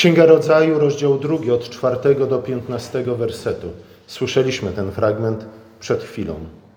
Księga Rodzaju, rozdział 2, od 4 do 15 wersetu. Słyszeliśmy ten fragment przed chwilą.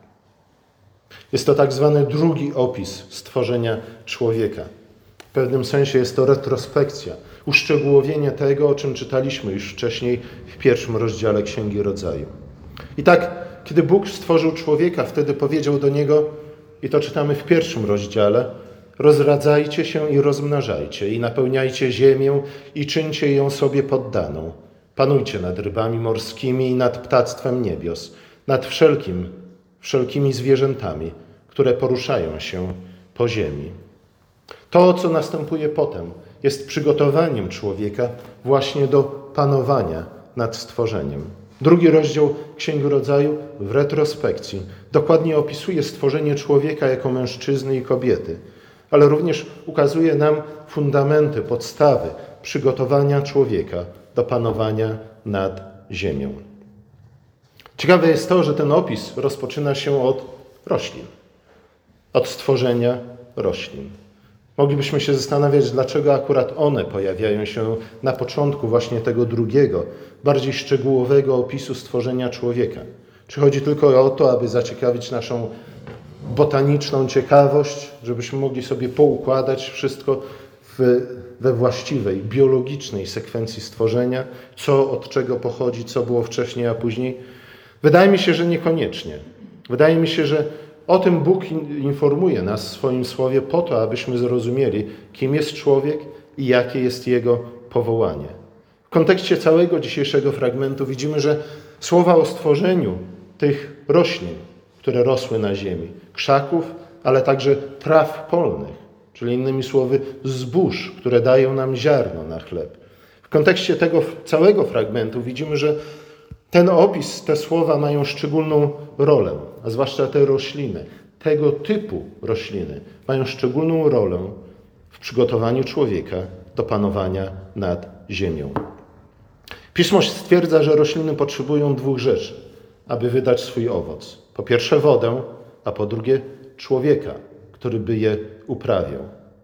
Jest to tak zwany drugi opis stworzenia człowieka. W pewnym sensie jest to retrospekcja, uszczegółowienie tego, o czym czytaliśmy już wcześniej w 1 rozdziale Księgi Rodzaju. I tak, kiedy Bóg stworzył człowieka, wtedy powiedział do niego, i to czytamy w 1 rozdziale, rozradzajcie się i rozmnażajcie i napełniajcie ziemię i czyńcie ją sobie poddaną. Panujcie nad rybami morskimi i nad ptactwem niebios, nad wszelkimi zwierzętami, które poruszają się po ziemi. To, co następuje potem, jest przygotowaniem człowieka właśnie do panowania nad stworzeniem. Drugi rozdział Księgi Rodzaju w retrospekcji dokładnie opisuje stworzenie człowieka jako mężczyzny i kobiety, ale również ukazuje nam fundamenty, podstawy przygotowania człowieka do panowania nad ziemią. Ciekawe jest to, że ten opis rozpoczyna się od roślin, od stworzenia roślin. Moglibyśmy się zastanawiać, dlaczego akurat one pojawiają się na początku właśnie tego drugiego, bardziej szczegółowego opisu stworzenia człowieka. Czy chodzi tylko o to, aby zaciekawić naszą botaniczną ciekawość, żebyśmy mogli sobie poukładać wszystko we właściwej, biologicznej sekwencji stworzenia, co od czego pochodzi, co było wcześniej, a później? Wydaje mi się, że niekoniecznie. Wydaje mi się, że o tym Bóg informuje nas w swoim słowie po to, abyśmy zrozumieli, kim jest człowiek i jakie jest jego powołanie. W kontekście całego dzisiejszego fragmentu widzimy, że słowa o stworzeniu tych roślin, które rosły na ziemi, krzaków, ale także traw polnych, czyli innymi słowy zbóż, które dają nam ziarno na chleb. W kontekście tego całego fragmentu widzimy, że ten opis, te słowa mają szczególną rolę, a zwłaszcza te rośliny, tego typu rośliny mają szczególną rolę w przygotowaniu człowieka do panowania nad ziemią. Pismo stwierdza, że rośliny potrzebują dwóch rzeczy, aby wydać swój owoc. Po pierwsze wodę, a po drugie człowieka, który by je uprawiał.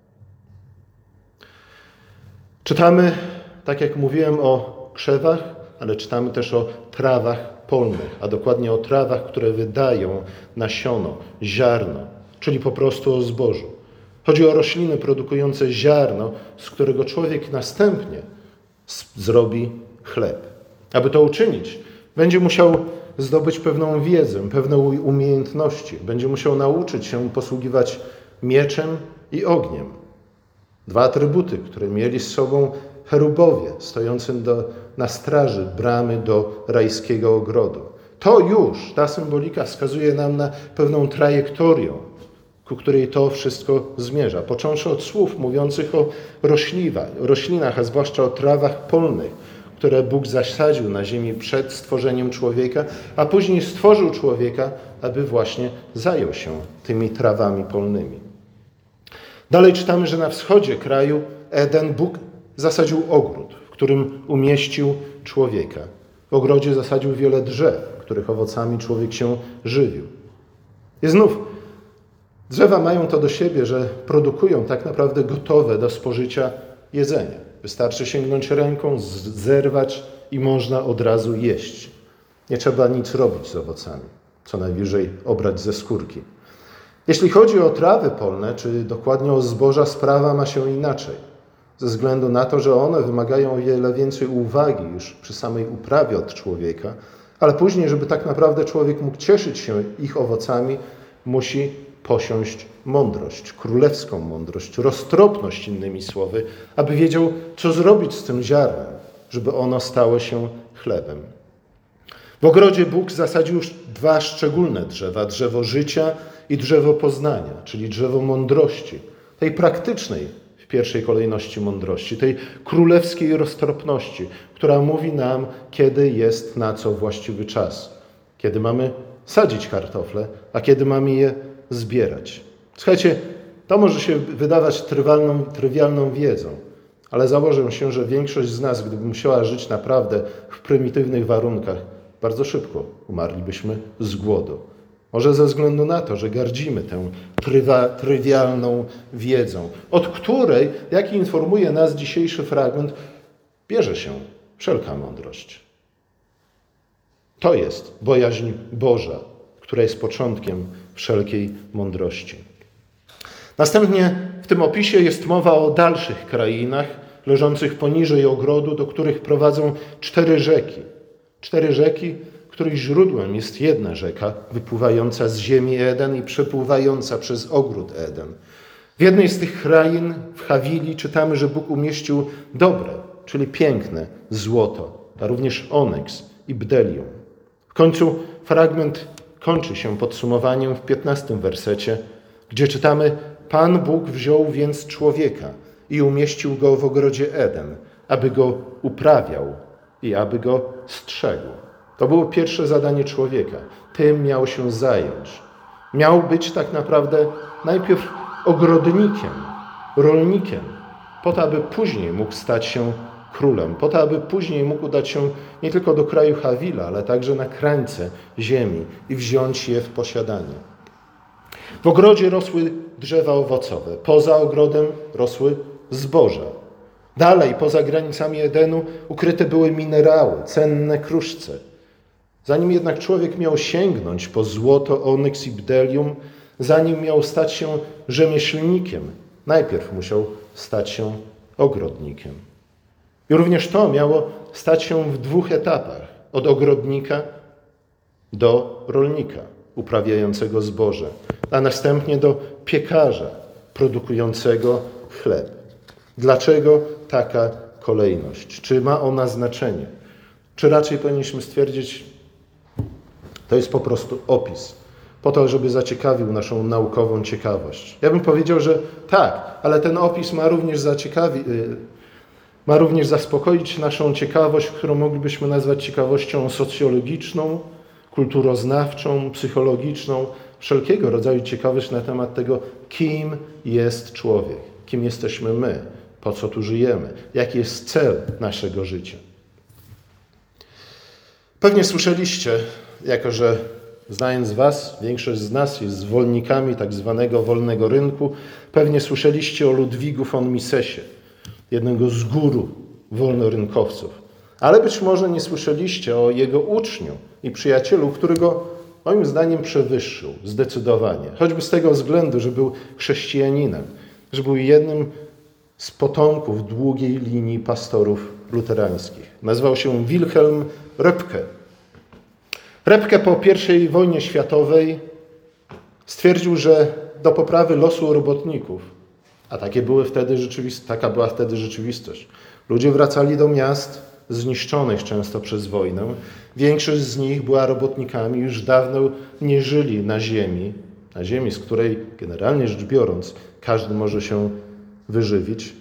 Czytamy, tak jak mówiłem, o krzewach, ale czytamy też o trawach polnych, a dokładnie o trawach, które wydają nasiono, ziarno, czyli po prostu o zbożu. Chodzi o rośliny produkujące ziarno, z którego człowiek następnie zrobi chleb. Aby to uczynić, będzie musiał zdobyć pewną wiedzę, pewne umiejętności. Będzie musiał nauczyć się posługiwać mieczem i ogniem. Dwa atrybuty, które mieli z sobą cherubowie stojący na straży bramy do rajskiego ogrodu. To już, ta symbolika wskazuje nam na pewną trajektorię, ku której to wszystko zmierza. Począwszy od słów mówiących o roślinach, a zwłaszcza o trawach polnych, które Bóg zasadził na ziemi przed stworzeniem człowieka, a później stworzył człowieka, aby właśnie zajął się tymi trawami polnymi. Dalej czytamy, że na wschodzie kraju Eden Bóg zasadził ogród, w którym umieścił człowieka. W ogrodzie zasadził wiele drzew, których owocami człowiek się żywił. I znów drzewa mają to do siebie, że produkują tak naprawdę gotowe do spożycia jedzenie. Wystarczy sięgnąć ręką, zerwać i można od razu jeść. Nie trzeba nic robić z owocami, co najwyżej obrać ze skórki. Jeśli chodzi o trawy polne, czy dokładnie o zboża, sprawa ma się inaczej. Ze względu na to, że one wymagają o wiele więcej uwagi już przy samej uprawie od człowieka, ale później, żeby tak naprawdę człowiek mógł cieszyć się ich owocami, musi posiąść mądrość, królewską mądrość, roztropność innymi słowy, aby wiedział, co zrobić z tym ziarnem, żeby ono stało się chlebem. W ogrodzie Bóg zasadził już dwa szczególne drzewa, drzewo życia i drzewo poznania, czyli drzewo mądrości, tej praktycznej w pierwszej kolejności mądrości, tej królewskiej roztropności, która mówi nam, kiedy jest na co właściwy czas, kiedy mamy sadzić kartofle, a kiedy mamy je zbierać. Słuchajcie, to może się wydawać trywialną wiedzą, ale założę się, że większość z nas, gdyby musiała żyć naprawdę w prymitywnych warunkach, bardzo szybko umarlibyśmy z głodu. Może ze względu na to, że gardzimy tę trywialną wiedzą, od której, jak informuje nas dzisiejszy fragment, bierze się wszelka mądrość. To jest bojaźń Boża, która jest początkiem wszelkiej mądrości. Następnie w tym opisie jest mowa o dalszych krainach leżących poniżej ogrodu, do których prowadzą 4 rzeki. 4 rzeki, których źródłem jest jedna rzeka wypływająca z ziemi Eden i przepływająca przez ogród Eden. W jednej z tych krain, w Hawili, czytamy, że Bóg umieścił dobre, czyli piękne złoto, a również onyks i bdelium. W końcu fragment kończy się podsumowaniem w 15 wersecie, gdzie czytamy: Pan Bóg wziął więc człowieka i umieścił go w ogrodzie Eden, aby go uprawiał i aby go strzegł. To było pierwsze zadanie człowieka. Tym miał się zająć. Miał być tak naprawdę najpierw ogrodnikiem, rolnikiem, po to, aby później mógł stać się królem, po to, aby później mógł udać się nie tylko do kraju Hawila, ale także na krańce ziemi i wziąć je w posiadanie. W ogrodzie rosły drzewa owocowe, poza ogrodem rosły zboża. Dalej, poza granicami Edenu, ukryte były minerały, cenne kruszce. Zanim jednak człowiek miał sięgnąć po złoto, onyks i bdelium, zanim miał stać się rzemieślnikiem, najpierw musiał stać się ogrodnikiem. I również to miało stać się w 2 etapach. Od ogrodnika do rolnika uprawiającego zboże, a następnie do piekarza produkującego chleb. Dlaczego taka kolejność? Czy ma ona znaczenie? Czy raczej powinniśmy stwierdzić, to jest po prostu opis, po to, żeby zaciekawił naszą naukową ciekawość? Ja bym powiedział, że tak, ale ten opis ma również zaspokoić naszą ciekawość, którą moglibyśmy nazwać ciekawością socjologiczną, kulturoznawczą, psychologiczną, wszelkiego rodzaju ciekawość na temat tego, kim jest człowiek, kim jesteśmy my, po co tu żyjemy, jaki jest cel naszego życia. Pewnie słyszeliście, jako że znając was, większość z nas jest zwolennikami tak zwanego wolnego rynku, pewnie słyszeliście o Ludwigu von Misesie, jednego z guru wolnorynkowców. Ale być może nie słyszeliście o jego uczniu i przyjacielu, którego moim zdaniem przewyższył zdecydowanie. Choćby z tego względu, że był chrześcijaninem, że był jednym z potomków długiej linii pastorów luterańskich. Nazywał się Wilhelm Röpke. Röpke po I wojnie światowej stwierdził, że do poprawy losu robotników, a taka była wtedy rzeczywistość, ludzie wracali do miast zniszczonych często przez wojnę. Większość z nich była robotnikami, już dawno nie żyli na ziemi, z której generalnie rzecz biorąc każdy może się wyżywić.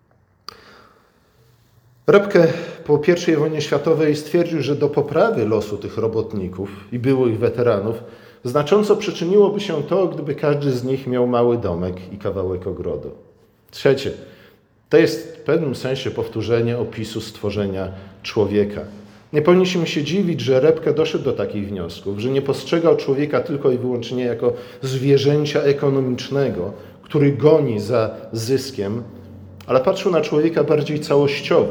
Röpke po I wojnie światowej stwierdził, że do poprawy losu tych robotników i byłych weteranów znacząco przyczyniłoby się to, gdyby każdy z nich miał mały domek i kawałek ogrodu. Trzecie, to jest w pewnym sensie powtórzenie opisu stworzenia człowieka. Nie powinniśmy się dziwić, że Röpke doszedł do takich wniosków, że nie postrzegał człowieka tylko i wyłącznie jako zwierzęcia ekonomicznego, który goni za zyskiem, ale patrzył na człowieka bardziej całościowo,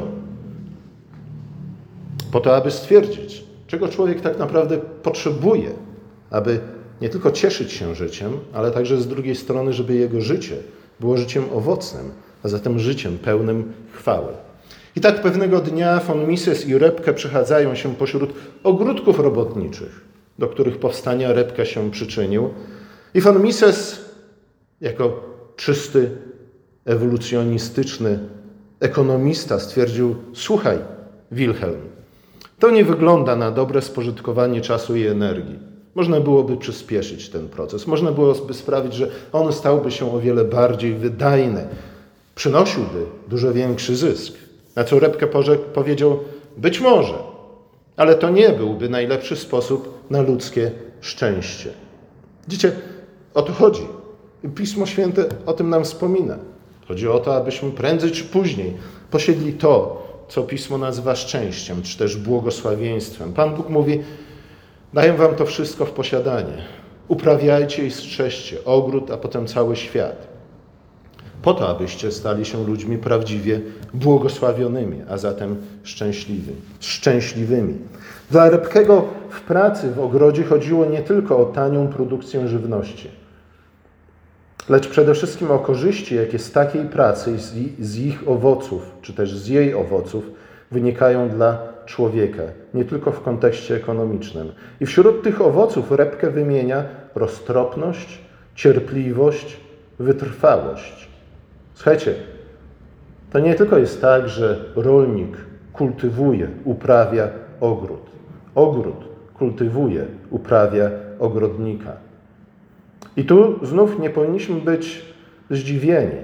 po to, aby stwierdzić, czego człowiek tak naprawdę potrzebuje, aby nie tylko cieszyć się życiem, ale także z drugiej strony, żeby jego życie było życiem owocnym, a zatem życiem pełnym chwały. I tak pewnego dnia von Mises i Röpke przechadzają się pośród ogródków robotniczych, do których powstania Röpke się przyczynił. I von Mises, jako czysty, ewolucjonistyczny ekonomista, stwierdził: słuchaj, Wilhelm, to nie wygląda na dobre spożytkowanie czasu i energii. Można byłoby przyspieszyć ten proces. Można byłoby sprawić, że on stałby się o wiele bardziej wydajny. Przynosiłby dużo większy zysk. Na co Röpke powiedział: być może, ale to nie byłby najlepszy sposób na ludzkie szczęście. Widzicie, o to chodzi. Pismo Święte o tym nam wspomina. Chodzi o to, abyśmy prędzej czy później posiedli to, co Pismo nazywa szczęściem, czy też błogosławieństwem. Pan Bóg mówi: daję wam to wszystko w posiadanie. Uprawiajcie i strzeżcie ogród, a potem cały świat. po to, abyście stali się ludźmi prawdziwie błogosławionymi, a zatem szczęśliwymi. Dla Repkego w pracy w ogrodzie chodziło nie tylko o tanią produkcję żywności, lecz przede wszystkim o korzyści, jakie z takiej pracy i z ich owoców, czy też z jej owoców wynikają dla człowieka, nie tylko w kontekście ekonomicznym. I wśród tych owoców Repke wymienia roztropność, cierpliwość, wytrwałość. Słuchajcie, to nie tylko jest tak, że rolnik kultywuje, uprawia ogród. Ogród kultywuje, uprawia ogrodnika. I tu znów nie powinniśmy być zdziwieni.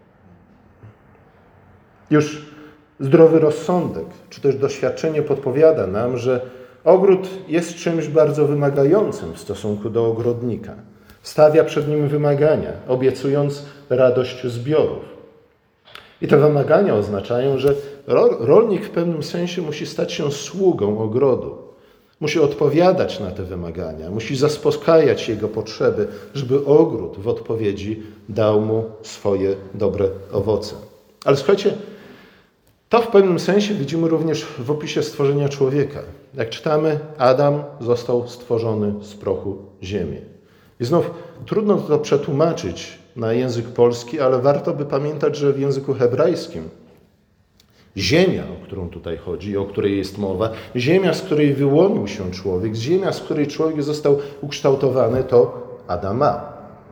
Już zdrowy rozsądek, czy też doświadczenie podpowiada nam, że ogród jest czymś bardzo wymagającym w stosunku do ogrodnika. Stawia przed nim wymagania, obiecując radość zbiorów. I te wymagania oznaczają, że rolnik w pewnym sensie musi stać się sługą ogrodu. Musi odpowiadać na te wymagania, musi zaspokajać jego potrzeby, żeby ogród w odpowiedzi dał mu swoje dobre owoce. Ale słuchajcie, to w pewnym sensie widzimy również w opisie stworzenia człowieka. Jak czytamy, Adam został stworzony z prochu ziemi. I znów trudno to przetłumaczyć na język polski, ale warto by pamiętać, że w języku hebrajskim ziemia, o którą tutaj chodzi, o której jest mowa, ziemia, z której wyłonił się człowiek, ziemia, z której człowiek został ukształtowany, to Adama.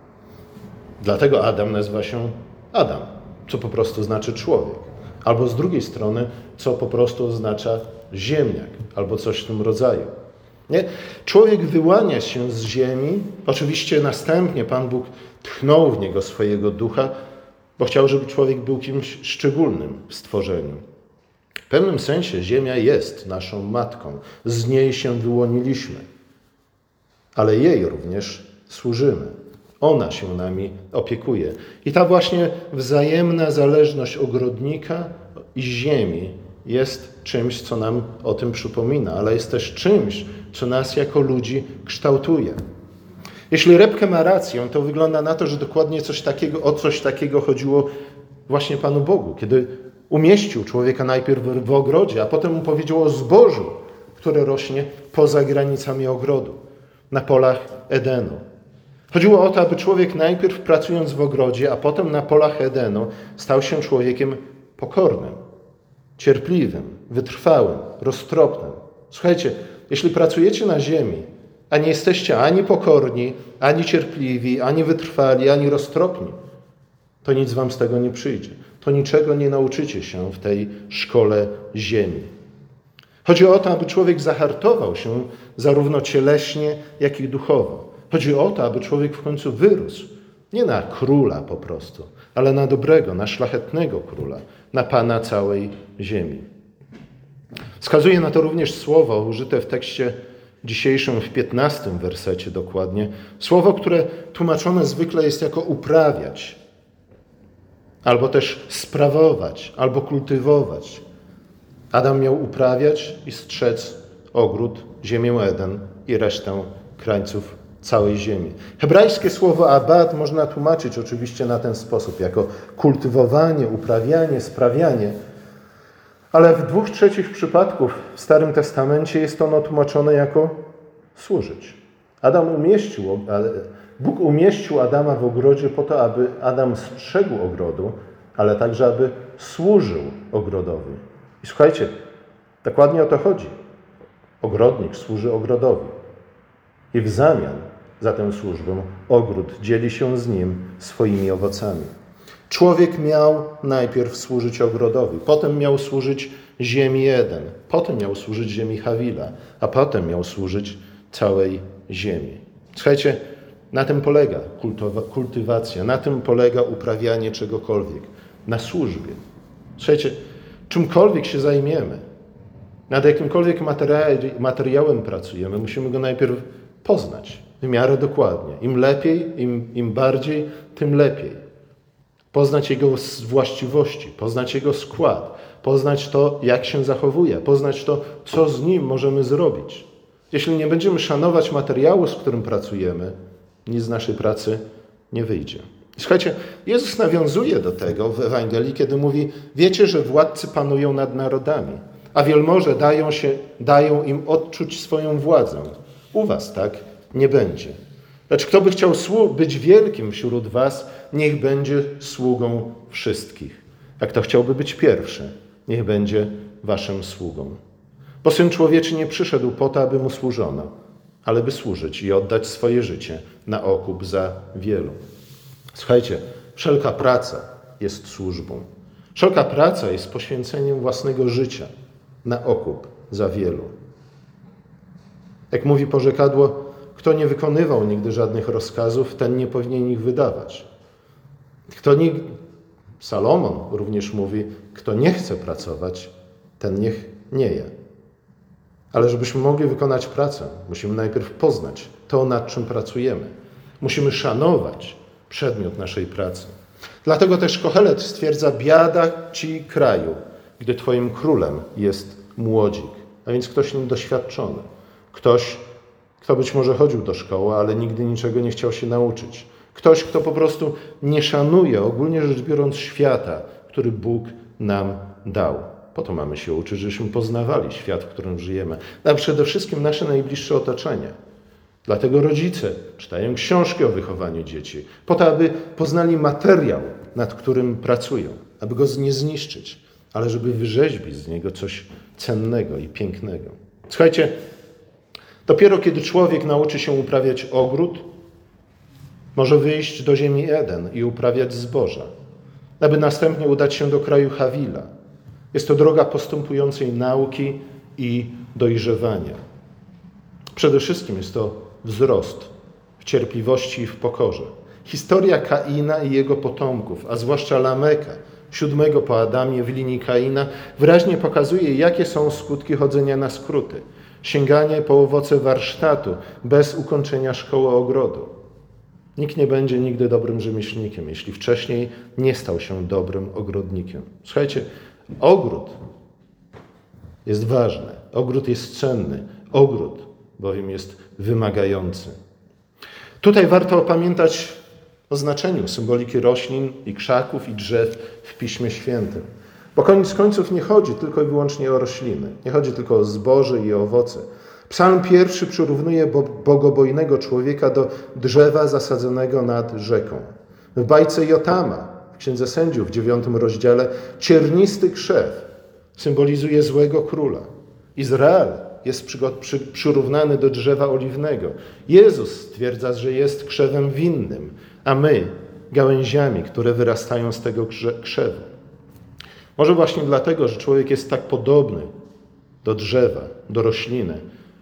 Dlatego Adam nazywa się Adam, co po prostu znaczy człowiek. Albo z drugiej strony, co po prostu oznacza ziemniak, albo coś w tym rodzaju. Nie? Człowiek wyłania się z ziemi, oczywiście następnie Pan Bóg tchnął w niego swojego ducha, bo chciał, żeby człowiek był kimś szczególnym w stworzeniu. W pewnym sensie ziemia jest naszą matką, z niej się wyłoniliśmy, ale jej również służymy. Ona się nami opiekuje. I ta właśnie wzajemna zależność ogrodnika i ziemi jest czymś, co nam o tym przypomina, ale jest też czymś, co nas jako ludzi kształtuje. Jeśli Repke ma rację, to wygląda na to, że dokładnie o coś takiego chodziło właśnie Panu Bogu, kiedy umieścił człowieka najpierw w ogrodzie, a potem mu powiedział o zbożu, które rośnie poza granicami ogrodu, na polach Edenu. Chodziło o to, aby człowiek najpierw pracując w ogrodzie, a potem na polach Edenu stał się człowiekiem pokornym, cierpliwym, wytrwałym, roztropnym. Słuchajcie, jeśli pracujecie na ziemi, a nie jesteście ani pokorni, ani cierpliwi, ani wytrwali, ani roztropni, to nic wam z tego nie przyjdzie. To niczego nie nauczycie się w tej szkole ziemi. Chodzi o to, aby człowiek zahartował się zarówno cieleśnie, jak i duchowo. Chodzi o to, aby człowiek w końcu wyrósł. Nie na króla po prostu, ale na dobrego, na szlachetnego króla, na Pana całej ziemi. Wskazuje na to również słowo użyte w tekście dzisiejszym w 15 wersecie dokładnie. Słowo, które tłumaczone zwykle jest jako uprawiać, albo też sprawować, albo kultywować. Adam miał uprawiać i strzec ogród, ziemię Eden i resztę krańców całej ziemi. Hebrajskie słowo abad można tłumaczyć oczywiście na ten sposób, jako kultywowanie, uprawianie, sprawianie, ale w 2/3 przypadków w Starym Testamencie jest ono tłumaczone jako służyć. Bóg umieścił Adama w ogrodzie po to, aby Adam strzegł ogrodu, ale także, aby służył ogrodowi. I słuchajcie, dokładnie o to chodzi. Ogrodnik służy ogrodowi. I w zamian za tę służbę ogród dzieli się z nim swoimi owocami. Człowiek miał najpierw służyć ogrodowi, potem miał służyć ziemi Eden, potem miał służyć ziemi Hawila, a potem miał służyć całej ziemi. Słuchajcie, na tym polega kultywacja, na tym polega uprawianie czegokolwiek, na służbie. Słuchajcie, czymkolwiek się zajmiemy, nad jakimkolwiek materiałem pracujemy, musimy go najpierw poznać w miarę dokładnie. Im lepiej, im bardziej, tym lepiej. Poznać jego właściwości, poznać jego skład, poznać to, jak się zachowuje, poznać to, co z nim możemy zrobić. Jeśli nie będziemy szanować materiału, z którym pracujemy, nic z naszej pracy nie wyjdzie. Słuchajcie, Jezus nawiązuje do tego w Ewangelii, kiedy mówi: wiecie, że władcy panują nad narodami, a wielmoże dają im odczuć swoją władzę. U was tak nie będzie. Lecz kto by chciał być wielkim wśród was, niech będzie sługą wszystkich. A kto chciałby być pierwszy, niech będzie waszym sługą. Bo Syn Człowieczy nie przyszedł po to, aby mu służono, ale by służyć i oddać swoje życie na okup za wielu. Słuchajcie, wszelka praca jest służbą. Wszelka praca jest poświęceniem własnego życia na okup za wielu. Jak mówi porzekadło, kto nie wykonywał nigdy żadnych rozkazów, ten nie powinien ich wydawać. Salomon również mówi, kto nie chce pracować, ten niech nie je. Ale żebyśmy mogli wykonać pracę, musimy najpierw poznać to, nad czym pracujemy. Musimy szanować przedmiot naszej pracy. Dlatego też Kohelet stwierdza: biada ci kraju, gdy twoim królem jest młodzik, a więc ktoś niedoświadczony. Ktoś, kto być może chodził do szkoły, ale nigdy niczego nie chciał się nauczyć. Ktoś, kto po prostu nie szanuje, ogólnie rzecz biorąc, świata, który Bóg nam dał. Po to mamy się uczyć, żebyśmy poznawali świat, w którym żyjemy, a przede wszystkim nasze najbliższe otoczenie. Dlatego rodzice czytają książki o wychowaniu dzieci, po to, aby poznali materiał, nad którym pracują, aby go nie zniszczyć, ale żeby wyrzeźbić z niego coś cennego i pięknego. Słuchajcie, dopiero kiedy człowiek nauczy się uprawiać ogród, może wyjść do ziemi Eden i uprawiać zboża, aby następnie udać się do kraju Hawila. Jest to droga postępującej nauki i dojrzewania. Przede wszystkim jest to wzrost w cierpliwości i w pokorze. Historia Kaina i jego potomków, a zwłaszcza Lameka, 7 po Adamie w linii Kaina, wyraźnie pokazuje, jakie są skutki chodzenia na skróty. Sięganie po owoce warsztatu bez ukończenia szkoły ogrodu. Nikt nie będzie nigdy dobrym rzemieślnikiem, jeśli wcześniej nie stał się dobrym ogrodnikiem. Słuchajcie, ogród jest ważny, ogród jest cenny, ogród bowiem jest wymagający. Tutaj warto pamiętać o znaczeniu symboliki roślin i krzaków i drzew w Piśmie Świętym. Bo koniec końców nie chodzi tylko i wyłącznie o rośliny, nie chodzi tylko o zboże i owoce. Psalm 1 przyrównuje bogobojnego człowieka do drzewa zasadzonego nad rzeką. W bajce Jotama, w Księdze Sędziów w 9 rozdziale, ciernisty krzew symbolizuje złego króla. Izrael jest przyrównany do drzewa oliwnego. Jezus stwierdza, że jest krzewem winnym, a my gałęziami, które wyrastają z tego krzewu. Może właśnie dlatego, że człowiek jest tak podobny do drzewa, do rośliny.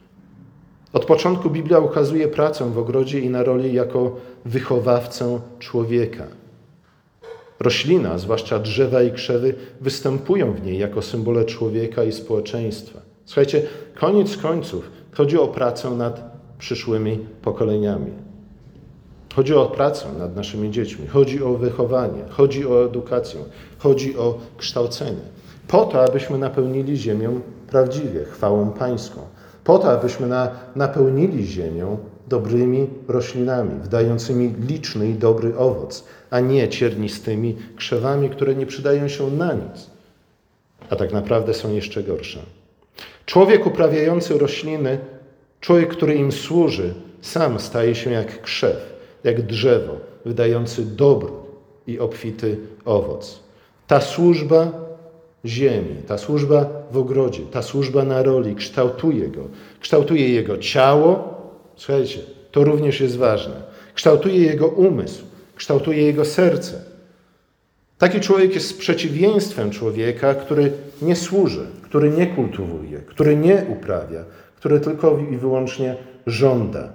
Od początku Biblia ukazuje pracę w ogrodzie i na roli jako wychowawcę człowieka. Roślina, zwłaszcza drzewa i krzewy, występują w niej jako symbole człowieka i społeczeństwa. Słuchajcie, koniec końców chodzi o pracę nad przyszłymi pokoleniami. Chodzi o pracę nad naszymi dziećmi, chodzi o wychowanie, chodzi o edukację, chodzi o kształcenie. Po to, abyśmy napełnili ziemię prawdziwie, chwałą Pańską. Po to, abyśmy napełnili ziemię dobrymi roślinami, wydającymi liczny i dobry owoc, a nie ciernistymi krzewami, które nie przydają się na nic, a tak naprawdę są jeszcze gorsze. Człowiek uprawiający rośliny, człowiek, który im służy, sam staje się jak krzew, jak drzewo, wydający dobry i obfity owoc. Ta służba ziemi, ta służba w ogrodzie, ta służba na roli kształtuje jego ciało, słuchajcie, to również jest ważne, kształtuje jego umysł, kształtuje jego serce. Taki człowiek jest przeciwieństwem człowieka, który nie służy, który nie kultywuje, który nie uprawia, który tylko i wyłącznie żąda.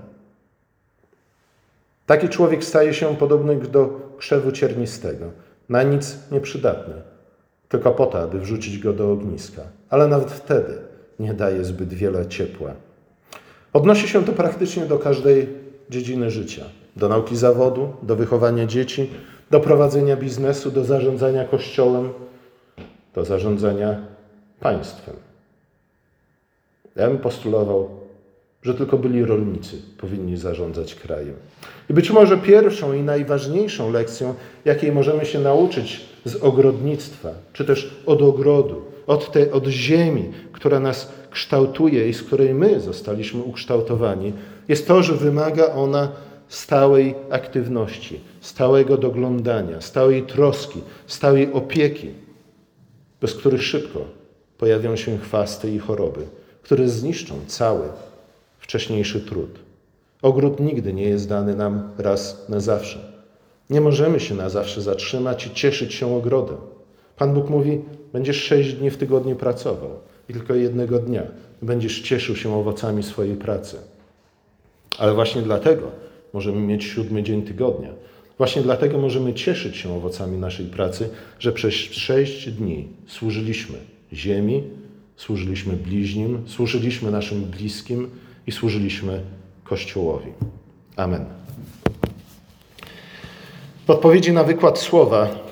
Taki człowiek staje się podobny do krzewu ciernistego, na nic nieprzydatny, tylko po to, aby wrzucić go do ogniska. Ale nawet wtedy nie daje zbyt wiele ciepła. Odnosi się to praktycznie do każdej dziedziny życia. Do nauki zawodu, do wychowania dzieci, do prowadzenia biznesu, do zarządzania Kościołem, do zarządzania państwem. Ja bym postulował, że tylko byli rolnicy powinni zarządzać krajem. I być może pierwszą i najważniejszą lekcją, jakiej możemy się nauczyć z ogrodnictwa, czy też od ogrodu, od ziemi, która nas kształtuje i z której my zostaliśmy ukształtowani, jest to, że wymaga ona stałej aktywności, stałego doglądania, stałej troski, stałej opieki, bez których szybko pojawią się chwasty i choroby, które zniszczą cały wcześniejszy trud. Ogród nigdy nie jest dany nam raz na zawsze. Nie możemy się na zawsze zatrzymać i cieszyć się ogrodem. Pan Bóg mówi, będziesz 6 dni w tygodniu pracował i tylko jednego dnia będziesz cieszył się owocami swojej pracy. Ale właśnie dlatego możemy mieć 7 dzień tygodnia. Właśnie dlatego możemy cieszyć się owocami naszej pracy, że przez 6 dni służyliśmy ziemi, służyliśmy bliźnim, służyliśmy naszym bliskim i służyliśmy Kościołowi. Amen. W odpowiedzi na wykład słowa